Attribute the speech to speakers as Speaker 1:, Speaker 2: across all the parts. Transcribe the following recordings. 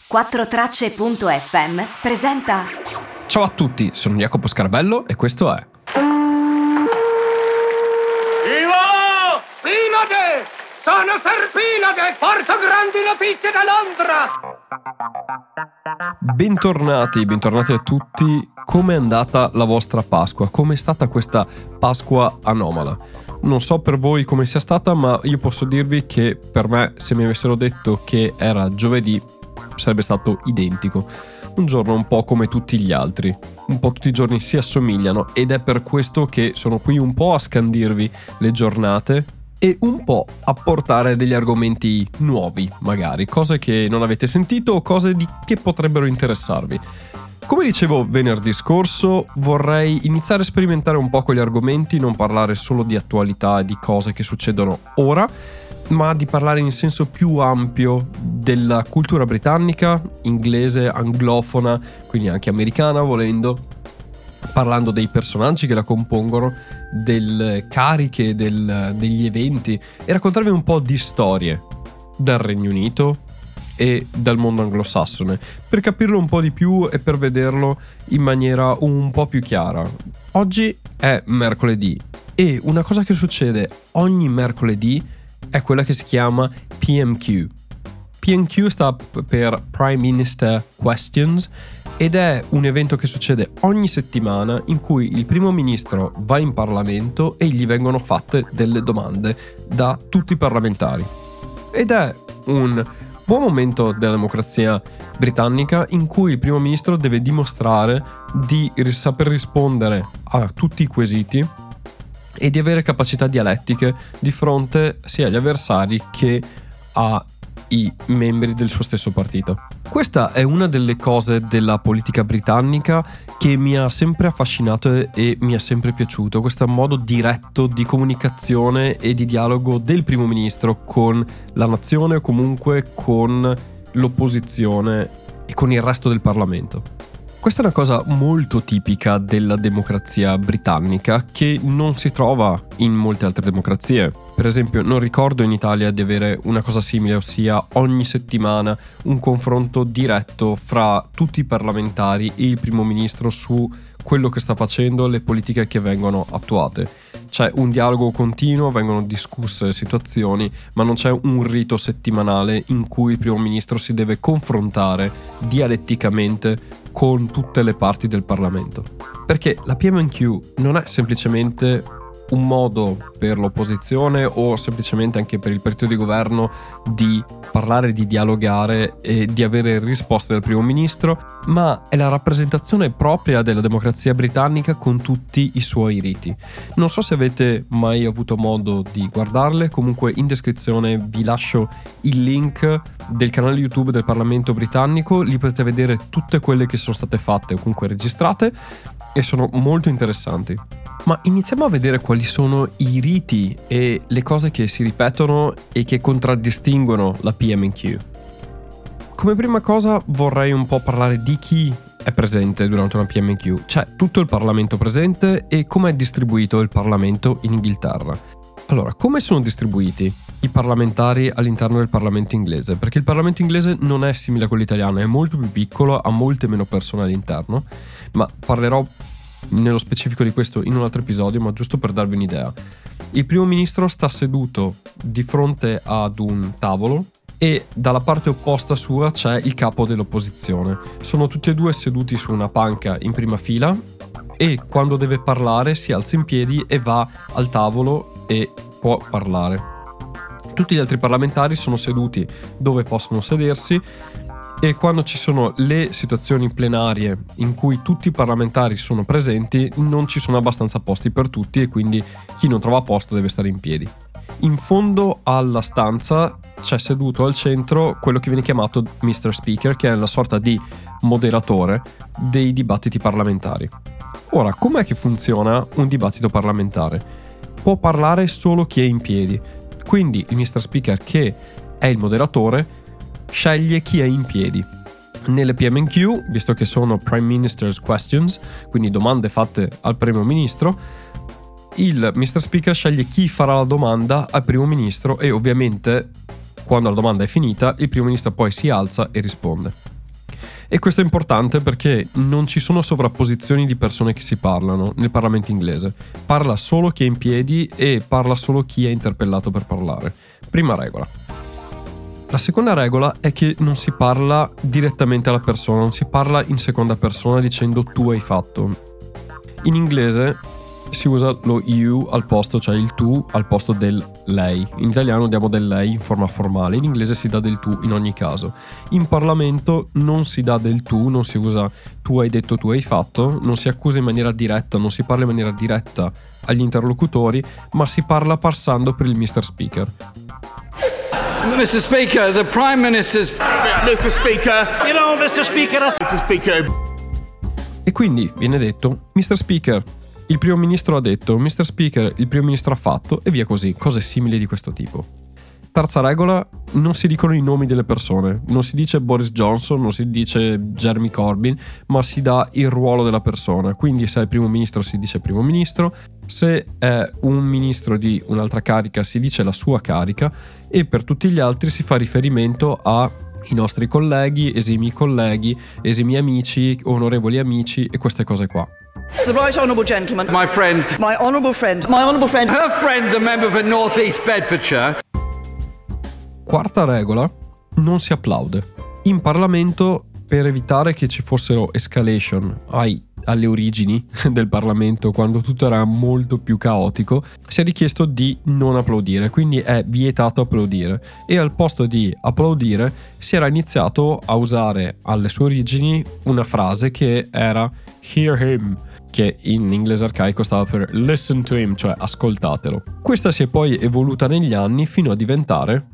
Speaker 1: 4Tracce.fm presenta.
Speaker 2: Ciao a tutti, sono Jacopo Scarabello e questo è
Speaker 3: Viva! Pinade! Sono Serpinade! Porto grandi notizie da Londra!
Speaker 2: bentornati a tutti. Come è andata la vostra Pasqua? Come è stata questa Pasqua anomala? Non so per voi come sia stata, ma io posso dirvi che per me, se mi avessero detto che era giovedì, sarebbe stato identico. Un giorno un po' come tutti gli altri. Un po' tutti i giorni si assomigliano ed è per questo che sono qui un po' a scandirvi le giornate e un po' a portare degli argomenti nuovi, magari, cose che non avete sentito o cose che potrebbero interessarvi. Come dicevo venerdì scorso, vorrei iniziare a sperimentare un po' con gli argomenti, non parlare solo di attualità e di cose che succedono ora, ma di parlare in senso più ampio della cultura britannica, inglese, anglofona, quindi anche americana volendo, parlando dei personaggi che la compongono, delle cariche, degli eventi e raccontarvi un po' di storie dal Regno Unito e dal mondo anglosassone per capirlo un po' di più e per vederlo in maniera un po' più chiara. Oggi è mercoledì e una cosa che succede ogni mercoledì è quella che si chiama PMQ. PMQ sta per Prime Minister Questions ed è un evento che succede ogni settimana in cui il primo ministro va in Parlamento e gli vengono fatte delle domande da tutti i parlamentari. Ed è un buon momento della democrazia britannica in cui il primo ministro deve dimostrare di saper rispondere a tutti i quesiti e di avere capacità dialettiche di fronte sia agli avversari che ai membri del suo stesso partito. Questa è una delle cose della politica britannica che mi ha sempre affascinato e mi è sempre piaciuto, questo modo diretto di comunicazione e di dialogo del primo ministro con la nazione o comunque con l'opposizione e con il resto del Parlamento. Questa è una cosa molto tipica della democrazia britannica che non si trova in molte altre democrazie. Per esempio, non ricordo in Italia di avere una cosa simile, ossia ogni settimana un confronto diretto fra tutti i parlamentari e il primo ministro su quello che sta facendo, le politiche che vengono attuate. C'è un dialogo continuo, vengono discusse situazioni, ma non c'è un rito settimanale in cui il primo ministro si deve confrontare dialetticamente con tutte le parti del Parlamento. Perché la PMQ non è semplicemente un modo per l'opposizione o semplicemente anche per il partito di governo di parlare, di dialogare e di avere risposte dal primo ministro, ma è la rappresentazione propria della democrazia britannica con tutti i suoi riti. Non so se avete mai avuto modo di guardarle, comunque in descrizione vi lascio il link del canale YouTube del Parlamento britannico, lì potete vedere tutte quelle che sono state fatte o comunque registrate e sono molto interessanti. Ma iniziamo a vedere quali sono i riti e le cose che si ripetono e che contraddistinguono la PMQ. Come prima cosa vorrei un po' parlare di chi è presente durante una PMQ. C'è tutto il Parlamento presente e come è distribuito il Parlamento in Inghilterra. Allora, come sono distribuiti i parlamentari all'interno del Parlamento inglese? Perché il Parlamento inglese non è simile a quello italiano, è molto più piccolo, ha molte meno persone all'interno, ma parlerò nello specifico di questo in un altro episodio, ma giusto per darvi un'idea. Il primo ministro sta seduto di fronte ad un tavolo e dalla parte opposta sua c'è il capo dell'opposizione. Sono tutti e due seduti su una panca in prima fila e quando deve parlare si alza in piedi e va al tavolo e può parlare. Tutti gli altri parlamentari sono seduti dove possono sedersi e quando ci sono le situazioni plenarie in cui tutti i parlamentari sono presenti non ci sono abbastanza posti per tutti e quindi chi non trova posto deve stare in piedi. In fondo alla stanza c'è seduto al centro quello che viene chiamato Mr. Speaker, che è una sorta di moderatore dei dibattiti parlamentari. Ora, com'è che funziona un dibattito parlamentare? Può parlare solo chi è in piedi, quindi il Mr. Speaker, che è il moderatore, sceglie chi è in piedi. Nelle PMQ, visto che sono Prime Minister's Questions, quindi domande fatte al primo ministro, il Mr. Speaker sceglie chi farà la domanda al primo ministro e ovviamente quando la domanda è finita il primo ministro poi si alza e risponde. E questo è importante perché non ci sono sovrapposizioni di persone che si parlano nel Parlamento inglese. Parla solo chi è in piedi e parla solo chi è interpellato per parlare. Prima regola. La seconda regola è che non si parla direttamente alla persona, non si parla in seconda persona dicendo tu hai fatto. In inglese si usa lo you al posto, cioè il tu al posto del lei. In italiano diamo del lei in forma formale, in inglese si dà del tu in ogni caso. In Parlamento non si dà del tu, non si usa tu hai detto, tu hai fatto, non si accusa in maniera diretta, non si parla in maniera diretta agli interlocutori, ma si parla passando per il Mr. Speaker.
Speaker 4: Mr. Speaker, the Prime Minister's...
Speaker 5: Mr. Speaker. You know, Mr. Speaker. Mr. Speaker.
Speaker 2: E quindi viene detto, Mr. Speaker, il primo ministro ha detto, Mr. Speaker, il primo ministro ha fatto, e via così, cose simili di questo tipo. Terza regola, non si dicono i nomi delle persone, non si dice Boris Johnson, non si dice Jeremy Corbyn, ma si dà il ruolo della persona. Quindi se è il primo ministro si dice primo ministro, se è un ministro di un'altra carica si dice la sua carica, e per tutti gli altri si fa riferimento ai nostri colleghi, esimi amici, onorevoli amici e queste cose qua.
Speaker 6: The right honourable gentleman.
Speaker 4: My friend.
Speaker 6: My honourable friend. My honourable friend.
Speaker 4: Her friend, the member for North East Bedfordshire.
Speaker 2: Quarta regola, non si applaude. In Parlamento, per evitare che ci fossero escalation alle origini del Parlamento, quando tutto era molto più caotico, si è richiesto di non applaudire, quindi è vietato applaudire, e al posto di applaudire si era iniziato a usare alle sue origini una frase che era hear him, che in inglese arcaico stava per listen to him, cioè ascoltatelo. Questa si è poi evoluta negli anni fino a diventare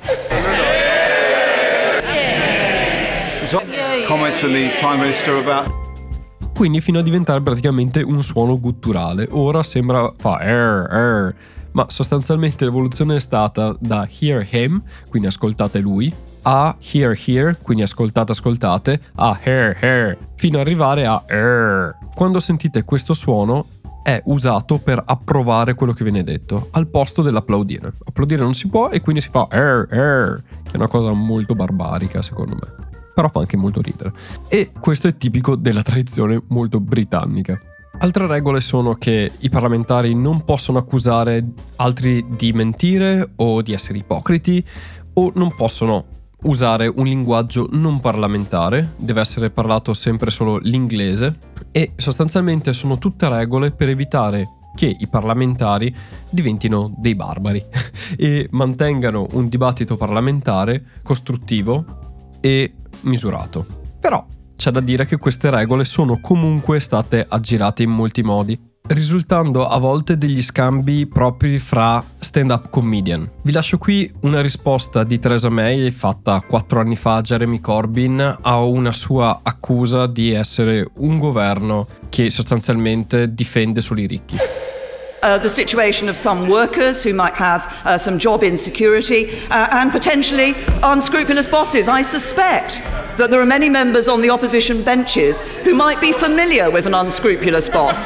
Speaker 5: Comments from the Prime Minister about...
Speaker 2: Quindi fino a diventare praticamente un suono gutturale. Ora sembra ma sostanzialmente l'evoluzione è stata da hear him, quindi ascoltate lui, a hear, quindi ascoltate, a hear, fino ad arrivare a Quando sentite questo suono è usato per approvare quello che viene detto, al posto dell'applaudire. Applaudire non si può e quindi si fa che è una cosa molto barbarica secondo me. Però fa anche molto ridere. E questo è tipico della tradizione molto britannica. Altre regole sono che i parlamentari non possono accusare altri di mentire o di essere ipocriti, o non possono usare un linguaggio non parlamentare, deve essere parlato sempre solo l'inglese, e sostanzialmente sono tutte regole per evitare che i parlamentari diventino dei barbari e mantengano un dibattito parlamentare costruttivo e misurato. Però c'è da dire che queste regole sono comunque state aggirate in molti modi, risultando a volte degli scambi propri fra stand-up comedian. Vi lascio qui una risposta di Theresa May fatta 4 anni fa a Jeremy Corbyn a una sua accusa di essere un governo che sostanzialmente difende solo i ricchi.
Speaker 6: The situation of some workers who might have some job insecurity and potentially unscrupulous bosses. I suspect that there are many members on the opposition benches who might be familiar with an unscrupulous boss.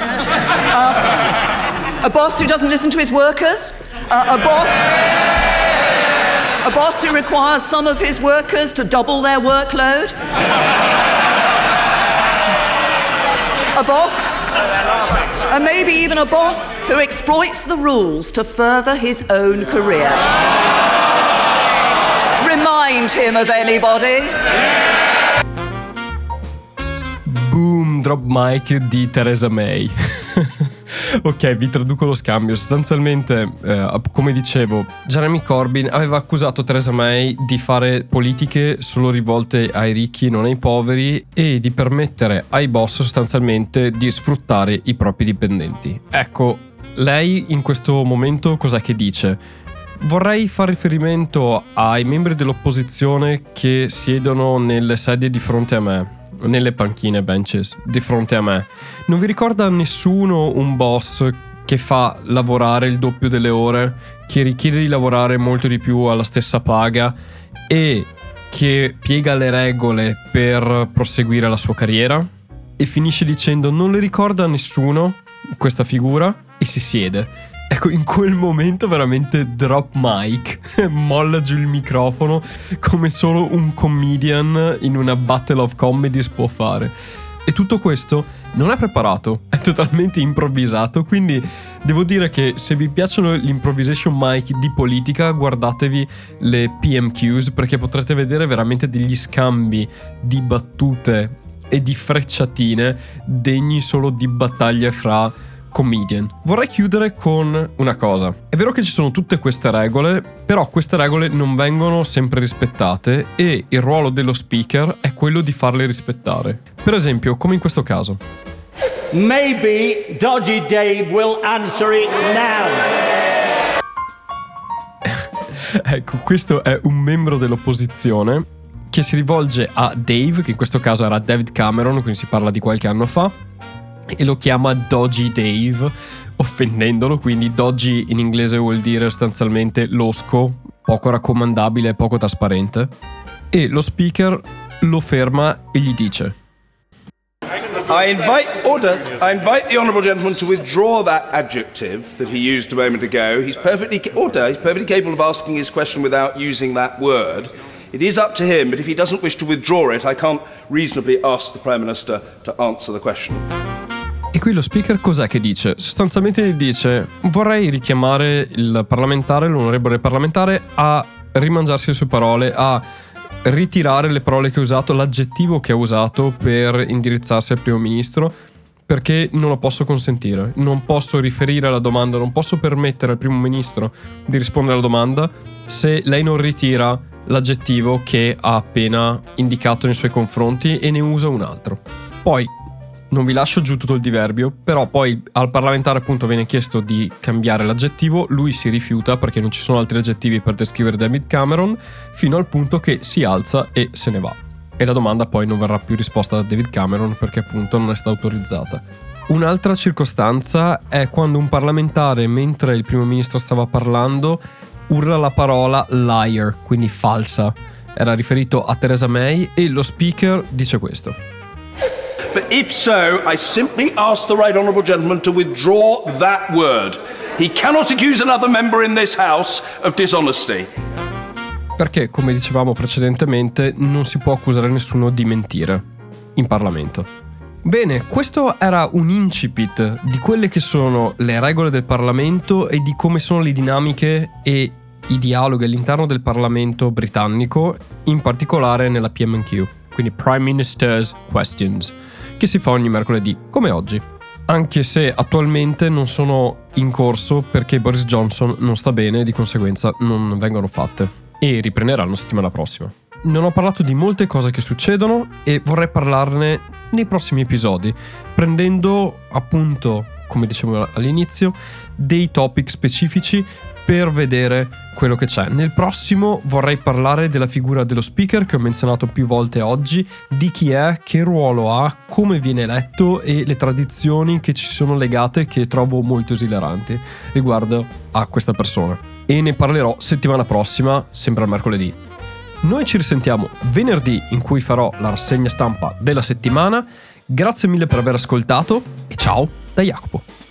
Speaker 6: A boss who doesn't listen to his workers, a boss who requires some of his workers to double their workload, a boss, and maybe even a boss who exploits the rules to further his own career. Remind him of anybody?
Speaker 2: Boom, drop mic di Theresa May. Ok, vi traduco lo scambio. Sostanzialmente, come dicevo, Jeremy Corbyn aveva accusato Theresa May di fare politiche solo rivolte ai ricchi e non ai poveri, e di permettere ai boss sostanzialmente di sfruttare i propri dipendenti. Ecco, lei in questo momento cos'è che dice? Vorrei fare riferimento ai membri dell'opposizione che siedono nelle sedie di fronte a me, nelle panchine, benches, di fronte a me. Non vi ricorda nessuno un boss che fa lavorare il doppio delle ore, che richiede di lavorare molto di più alla stessa paga e che piega le regole per proseguire la sua carriera? E finisce dicendo non le ricorda nessuno questa figura e si siede. Ecco, in quel momento veramente drop mic, molla giù il microfono come solo un comedian in una battle of comedies può fare. E tutto questo non è preparato, è totalmente improvvisato, quindi devo dire che se vi piacciono gli improvisation mic di politica, guardatevi le PMQs, perché potrete vedere veramente degli scambi di battute e di frecciatine degni solo di battaglie fra comedian. Vorrei chiudere con una cosa. È vero che ci sono tutte queste regole, però queste regole non vengono sempre rispettate e il ruolo dello speaker è quello di farle rispettare. Per esempio, come in questo caso.
Speaker 5: Maybe Dodgy Dave will answer it now.
Speaker 2: Ecco, questo è un membro dell'opposizione che si rivolge a Dave, che in questo caso era David Cameron, quindi si parla di qualche anno fa, e lo chiama Dodgy Dave, offendendolo. Quindi dodgy in inglese vuol dire sostanzialmente losco, poco raccomandabile, poco trasparente. E lo speaker lo ferma e gli dice:
Speaker 7: I invite the honourable gentleman to withdraw that adjective that he used a moment ago. He's perfectly capable of asking his question without using that word. It is up to him, but if he doesn't wish to withdraw it, I can't reasonably ask the Prime Minister to answer the question.
Speaker 2: E qui lo speaker cos'è che dice? Sostanzialmente gli dice: vorrei richiamare il parlamentare, l'onorevole parlamentare, a rimangiarsi le sue parole, a ritirare le parole che ha usato, l'aggettivo che ha usato per indirizzarsi al primo ministro, perché non lo posso consentire. Non posso riferire alla domanda, non posso permettere al primo ministro di rispondere alla domanda se lei non ritira l'aggettivo che ha appena indicato nei suoi confronti e ne usa un altro. Poi non vi lascio giù tutto il diverbio, però poi al parlamentare appunto viene chiesto di cambiare l'aggettivo, lui si rifiuta perché non ci sono altri aggettivi per descrivere David Cameron, fino al punto che si alza e se ne va. E la domanda poi non verrà più risposta da David Cameron perché appunto non è stata autorizzata. Un'altra circostanza è quando un parlamentare, mentre il primo ministro stava parlando, urla la parola liar, quindi falsa. Era riferito a Theresa May e lo speaker dice questo:
Speaker 7: But if so, I simply ask the right honourable gentleman to withdraw that word. He cannot accuse another member in this House of dishonesty.
Speaker 2: Perché, come dicevamo precedentemente, non si può accusare nessuno di mentire in Parlamento. Bene, questo era un incipit di quelle che sono le regole del Parlamento e di come sono le dinamiche e i dialoghi all'interno del Parlamento britannico, in particolare nella PMQ, quindi Prime Minister's Questions, che si fa ogni mercoledì, come oggi. Anche se attualmente non sono in corso perché Boris Johnson non sta bene e di conseguenza non vengono fatte. E riprenderanno settimana prossima. Non ho parlato di molte cose che succedono e vorrei parlarne nei prossimi episodi, prendendo appunto, come dicevo all'inizio, dei topic specifici per vedere quello che c'è. Nel prossimo vorrei parlare della figura dello speaker che ho menzionato più volte oggi, di chi è, che ruolo ha, come viene eletto e le tradizioni che ci sono legate, che trovo molto esilaranti riguardo a questa persona. E ne parlerò settimana prossima, sempre al mercoledì. Noi ci risentiamo venerdì, in cui farò la rassegna stampa della settimana. Grazie mille per aver ascoltato e ciao da Jacopo.